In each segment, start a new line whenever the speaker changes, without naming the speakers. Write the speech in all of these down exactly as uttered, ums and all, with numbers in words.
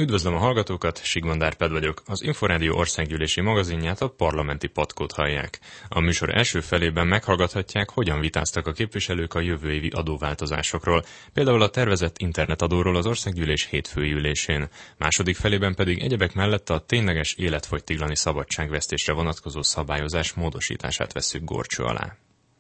Üdvözlöm a hallgatókat, Sigmond Árpád vagyok. Az Inforádió országgyűlési magazinját, a Parlamenti Patkót hallják. A műsor első felében meghallgathatják, hogyan vitáztak a képviselők a jövő évi adóváltozásokról, például a tervezett internetadóról az országgyűlés hétfői ülésén. Második felében pedig egyebek mellett a tényleges életfogytiglani szabadságvesztésre vonatkozó szabályozás módosítását vesszük górcső alá.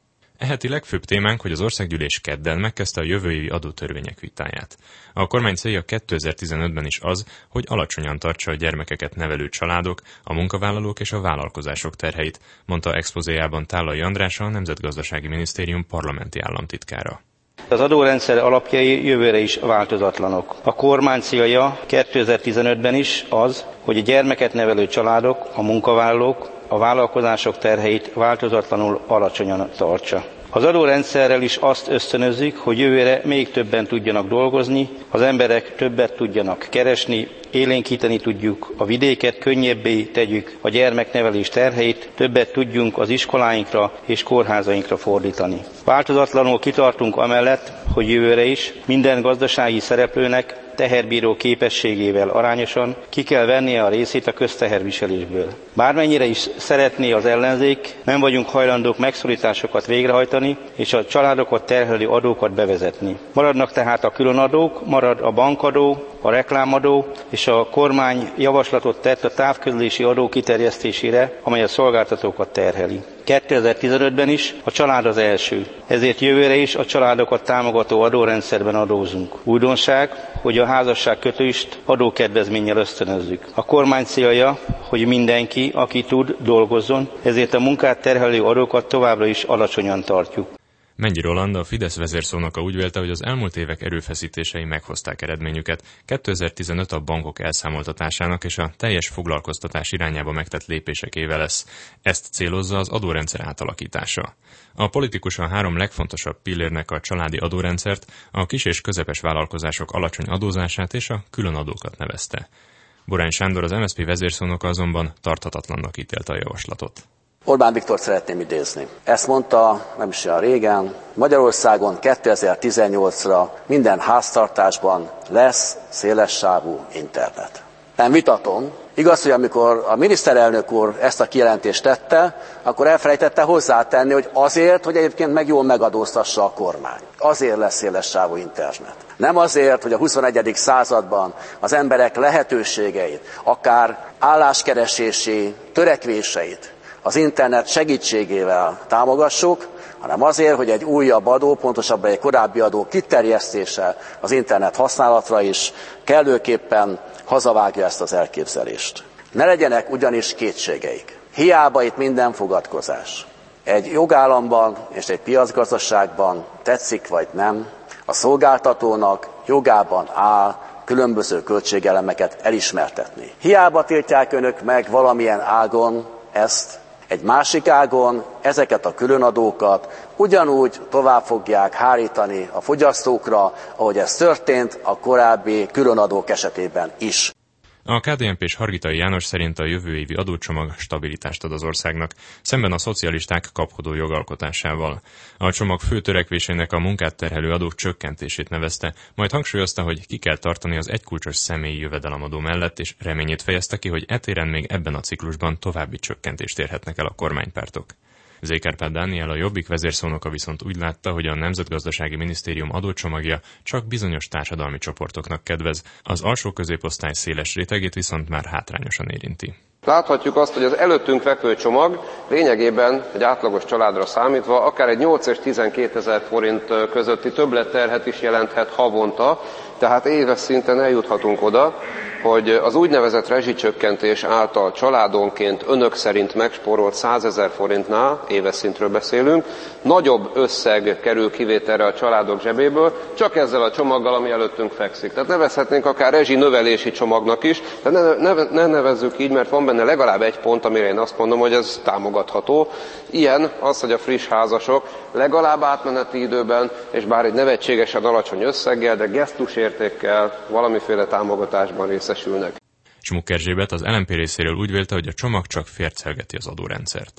E heti legfőbb témánk, hogy az országgyűlés kedden megkezdte a jövő évi adótörvények vitáját. A kormány célja kétezer-tizenötben is az, hogy alacsonyan tartsa a gyermekeket nevelő családok, a munkavállalók és a vállalkozások terheit, mondta expozéjában Tállai András, a Nemzetgazdasági Minisztérium parlamenti államtitkára.
Az adórendszer alapjai jövőre is változatlanok. A kormány célja kétezer-tizenötben is az, hogy a gyermeket nevelő családok, a munkavállalók, a vállalkozások terheit változatlanul alacsonyan tartsa. Az adórendszerrel is azt ösztönözzük, hogy jövőre még többen tudjanak dolgozni, az emberek többet tudjanak keresni, élénkíteni tudjuk a vidéket, könnyebbé tegyük a gyermeknevelés terheit, többet tudjunk az iskoláinkra és kórházainkra fordítani. Változatlanul kitartunk amellett, hogy jövőre is minden gazdasági szereplőnek teherbíró képességével arányosan ki kell vennie a részét a közteherviselésből. Bármennyire is szeretné az ellenzék, nem vagyunk hajlandók megszorításokat végrehajtani és a családokat terhelő adókat bevezetni. Maradnak tehát a különadók, marad a bankadó, a reklámadó, és a kormány javaslatot tett a távközlési adó kiterjesztésére, amely a szolgáltatókat terheli. kétezer-tizenötben is a család az első, ezért jövőre is a családokat támogató adórendszerben adózunk. Újdonság, hogy a házasságkötést adókedvezménnyel ösztönözzük. A kormány célja, hogy mindenki, aki tud, dolgozzon, ezért a munkát terhelő adókat továbbra is alacsonyan tartjuk.
Mennyi Roland, a Fidesz vezérszónoka úgy vélte, hogy az elmúlt évek erőfeszítései meghozták eredményüket. kétezer-tizenöt a bankok elszámoltatásának és a teljes foglalkoztatás irányába megtett lépések éve lesz. Ezt célozza az adórendszer átalakítása. A politikus a három legfontosabb pillérnek a családi adórendszert, a kis és közepes vállalkozások alacsony adózását és a különadókat nevezte. Borány Sándor, az em es zé pé vezérszónoka azonban tarthatatlannak ítélte a javaslatot.
Orbán Viktort szeretném idézni. Ezt mondta nem is olyan régen, Magyarországon kétezer-tizennyolcra minden háztartásban lesz szélessávú internet. Nem vitatom. Igaz, hogy amikor a miniszterelnök úr ezt a kijelentést tette, akkor elfelejtette hozzátenni, hogy azért, hogy egyébként meg jól megadóztassa a kormány. Azért lesz szélessávú internet. Nem azért, hogy a huszonegyedik században az emberek lehetőségeit, akár álláskeresési törekvéseit az internet segítségével támogassuk, hanem azért, hogy egy újabb adó, pontosabban egy korábbi adó kiterjesztése az internet használatra is kellőképpen hazavágja ezt az elképzelést. Ne legyenek ugyanis kétségeik. Hiába itt minden fogadkozás. Egy jogállamban és egy piacgazdaságban tetszik vagy nem, a szolgáltatónak jogában áll különböző költségelemeket elismertetni. Hiába tiltják önök meg valamilyen ágon ezt, egy másik ágon ezeket a különadókat ugyanúgy tovább fogják hárítani a fogyasztókra, ahogy ez történt a korábbi különadók esetében is.
A ká dé en pés Hargitai János szerint a jövő évi adócsomag stabilitást ad az országnak, szemben a szocialisták kapkodó jogalkotásával. A csomag fő törekvésének a munkát terhelő adók csökkentését nevezte, majd hangsúlyozta, hogy ki kell tartani az egykulcsos személyi jövedelemadó mellett, és reményét fejezte ki, hogy etéren még ebben a ciklusban további csökkentést érhetnek el a kormánypártok. Zék Árpád Dániel, a Jobbik vezérszónoka viszont úgy látta, hogy a Nemzetgazdasági Minisztérium adócsomagja csak bizonyos társadalmi csoportoknak kedvez, az alsó középosztály széles rétegét viszont már hátrányosan érinti.
Láthatjuk azt, hogy az előttünk fekvő csomag lényegében egy átlagos családra számítva akár egy nyolc és tizenkétezer forint közötti többletterhet is jelenthet havonta, tehát éves szinten eljuthatunk oda, hogy az úgynevezett rezsicsökkentés által családonként önök szerint megspórolt százezer forintnál, éves szintről beszélünk, nagyobb összeg kerül kivételre a családok zsebéből, csak ezzel a csomaggal, ami előttünk fekszik. Tehát nevezhetnénk akár rezsinövelési csomagnak is, de ne, ne, ne nevezzük így, mert van benne legalább egy pont, amire én azt mondom, hogy ez támogatható. Ilyen az, hogy a friss házasok legalább átmeneti időben, és bár egy nevetségesen alacsony összeggel, de gesztusértékkel valamiféle támogatásban részesülnek.
Smuk Erzsébet, az el em pé részéről úgy vélte, hogy a csomag csak fércelgeti az adórendszert.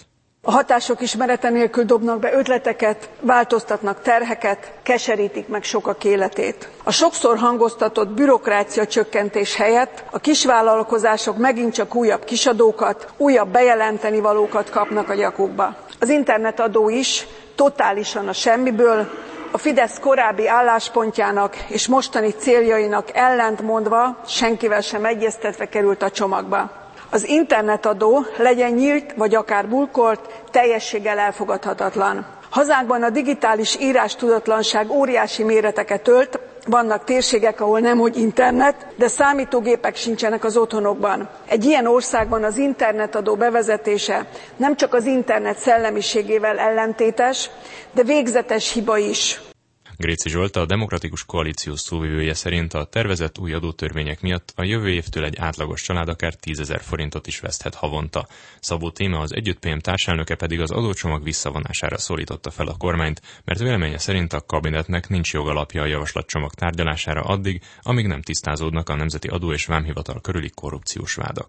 A hatások ismerete nélkül dobnak be ötleteket, változtatnak terheket, keserítik meg sokak életét. A sokszor hangoztatott bürokrácia csökkentés helyett a kisvállalkozások megint csak újabb kisadókat, újabb bejelenteni valókat kapnak a nyakukba. Az internetadó is totálisan a semmiből, a Fidesz korábbi álláspontjának és mostani céljainak ellentmondva, senkivel sem egyeztetve került a csomagba. Az internetadó, legyen nyílt vagy akár burkolt, teljességgel elfogadhatatlan. Hazánkban a digitális írástudatlanság óriási méreteket ölt, vannak térségek, ahol nemhogy internet, de számítógépek sincsenek az otthonokban. Egy ilyen országban az internetadó bevezetése nem csak az internet szellemiségével ellentétes, de végzetes hiba is.
Gréczy Zsolt, a Demokratikus Koalíció szóvivője szerint a tervezett új adótörvények miatt a jövő évtől egy átlagos család akár tízezer forintot is veszthet havonta. Szabó Téma, az Együtt pé em társelnöke pedig az adócsomag visszavonására szólította fel a kormányt, mert véleménye szerint a kabinetnek nincs jogalapja a javaslatcsomag tárgyalására addig, amíg nem tisztázódnak a Nemzeti Adó és Vámhivatal körüli korrupciós vádak.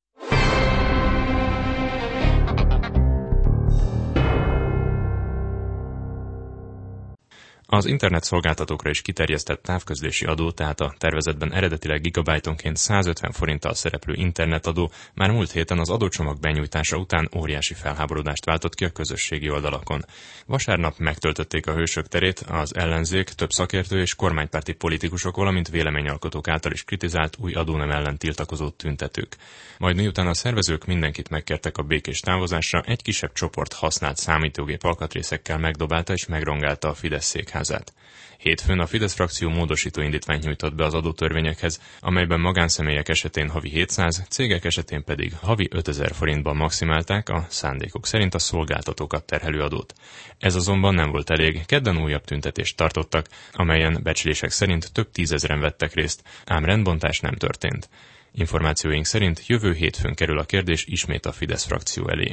Az internetszolgáltatókra is kiterjesztett távközlési adó, tehát a tervezetben eredetileg gigabájtonként százötven forinttal szereplő internetadó már múlt héten az adócsomag benyújtása után óriási felháborodást váltott ki a közösségi oldalakon. Vasárnap megtöltötték a hősök terét az ellenzék, több szakértő és kormánypárti politikusok, valamint véleményalkotók által is kritizált új adónem ellen tiltakozó tüntetők. Majd miután a szervezők mindenkit megkértek a békés távozásra, egy kisebb csoport használt számítógép alkatrészekkel megdobálta és megrongálta a Fidesz székházát. Hétfőn a Fidesz frakció módosító indítványt nyújtott be az adótörvényekhez, amelyben magánszemélyek esetén havi hétszáz, cégek esetén pedig havi ötezer forintban maximálták a szándékok szerint a szolgáltatókat terhelő adót. Ez azonban nem volt elég, kedden újabb tüntetést tartottak, amelyen becslések szerint több tízezren vettek részt, ám rendbontás nem történt. Információink szerint jövő hétfőn kerül a kérdés ismét a Fidesz frakció elé.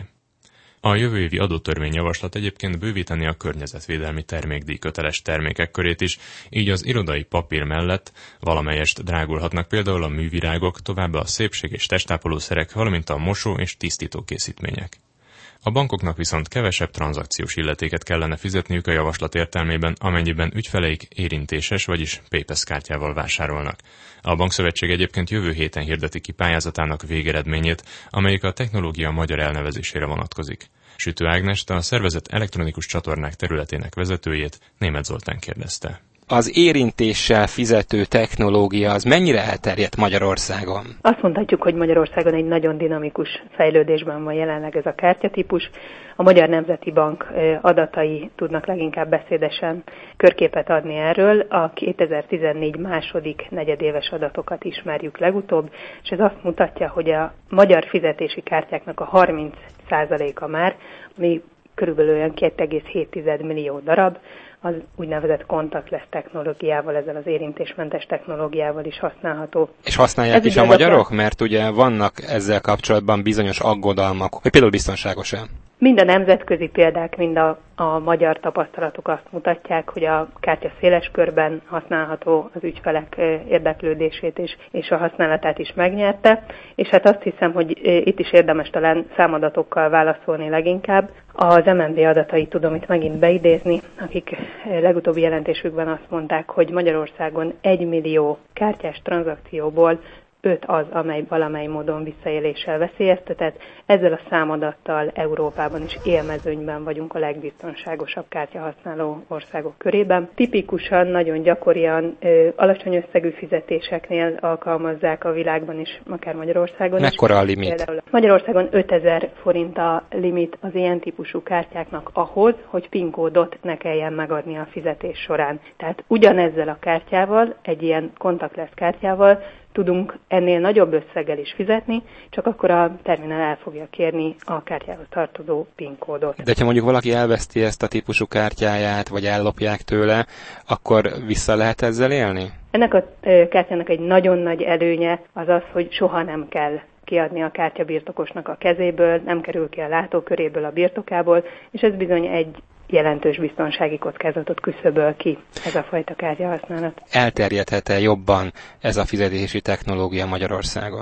A jövő évi adótörvényjavaslat egyébként bővíteni a környezetvédelmi termékdíj köteles termékek körét is, így az irodai papír mellett valamelyest drágulhatnak például a művirágok, továbbá a szépség- és testápolószerek, valamint a mosó- és tisztítókészítmények. A bankoknak viszont kevesebb tranzakciós illetéket kellene fizetniük a javaslat értelmében, amennyiben ügyfeleik érintéses, vagyis PayPass kártyával vásárolnak. A Bankszövetség egyébként jövő héten hirdeti ki pályázatának végeredményét, amelyik a technológia magyar elnevezésére vonatkozik. Sütő Ágnest, a szervezet elektronikus csatornák területének vezetőjét, Németh Zoltán kérdezte.
Az érintéssel fizető technológia az mennyire elterjedt Magyarországon?
Azt mondhatjuk, hogy Magyarországon egy nagyon dinamikus fejlődésben van jelenleg ez a kártyatípus. A Magyar Nemzeti Bank adatai tudnak leginkább beszédesen körképet adni erről. A kétezer-tizennégy második negyedéves adatokat ismerjük legutóbb, és ez azt mutatja, hogy a magyar fizetési kártyáknak a harminc százaléka már, ami körülbelül olyan két egész hét millió darab, az úgynevezett contactless technológiával, ezzel az érintésmentes technológiával is használható.
És használják Ez is a magyarok? Mert ugye vannak ezzel kapcsolatban bizonyos aggodalmak, hogy például biztonságosan.
Mind a nemzetközi példák, mind a, a magyar tapasztalatok azt mutatják, hogy a kártya széles körben használható, az ügyfelek érdeklődését és, és a használatát is megnyerte, és hát azt hiszem, hogy itt is érdemes talán számadatokkal válaszolni leginkább. Az em en bé adatait tudom itt megint beidézni, akik legutóbbi jelentésükben azt mondták, hogy Magyarországon egy millió kártyás tranzakcióból öt az, amely valamely módon visszaéléssel veszélyeztetett. Ezzel a számadattal Európában is élmezőnyben vagyunk a legbiztonságosabb kártyahasználó országok körében. Tipikusan, nagyon gyakorian ö, alacsony összegű fizetéseknél alkalmazzák a világban is, akár Magyarországon is.
Mekkora a limit?
Például Magyarországon ötezer forint a limit az ilyen típusú kártyáknak ahhoz, hogy PIN kódot ne kelljen megadni a fizetés során. Tehát ugyanezzel a kártyával, egy ilyen contactless kártyával tudunk ennél nagyobb összeggel is fizetni, csak akkor a terminál el fogja kérni a kártyához tartozó PIN kódot.
De ha mondjuk valaki elveszti ezt a típusú kártyáját, vagy ellopják tőle, akkor vissza lehet ezzel élni?
Ennek a kártyának egy nagyon nagy előnye az az, hogy soha nem kell kiadni a kártya birtokosnak a kezéből, nem kerül ki a látóköréből, a birtokából, és ez bizony egy jelentős biztonsági kockázatot küszöböl ki ez a fajta kártyahasználat.
Elterjedhet-e jobban ez a fizetési technológia Magyarországon?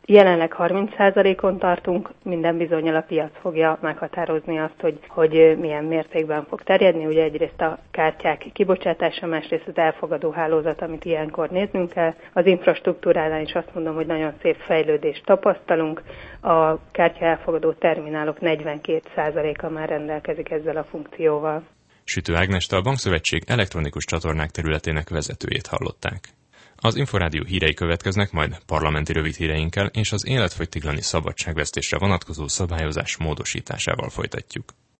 Jelenleg harminc százalékon tartunk, minden bizonnyal a piac fogja meghatározni azt, hogy, hogy milyen mértékben fog terjedni. Ugye egyrészt a kártyák kibocsátása, másrészt az elfogadó hálózat, amit ilyenkor néznünk kell. Az infrastruktúránál is azt mondom, hogy nagyon szép fejlődést tapasztalunk. A kártya elfogadó terminálok negyvenkét százaléka már rendelkezik ezzel a funkcióval.
Sütő Ágnest, a Bankszövetség elektronikus csatornák területének vezetőjét hallották. Az Inforádió hírei következnek, majd parlamenti rövid híreinkkel és az életfogytiglani szabadságvesztésre vonatkozó szabályozás módosításával folytatjuk.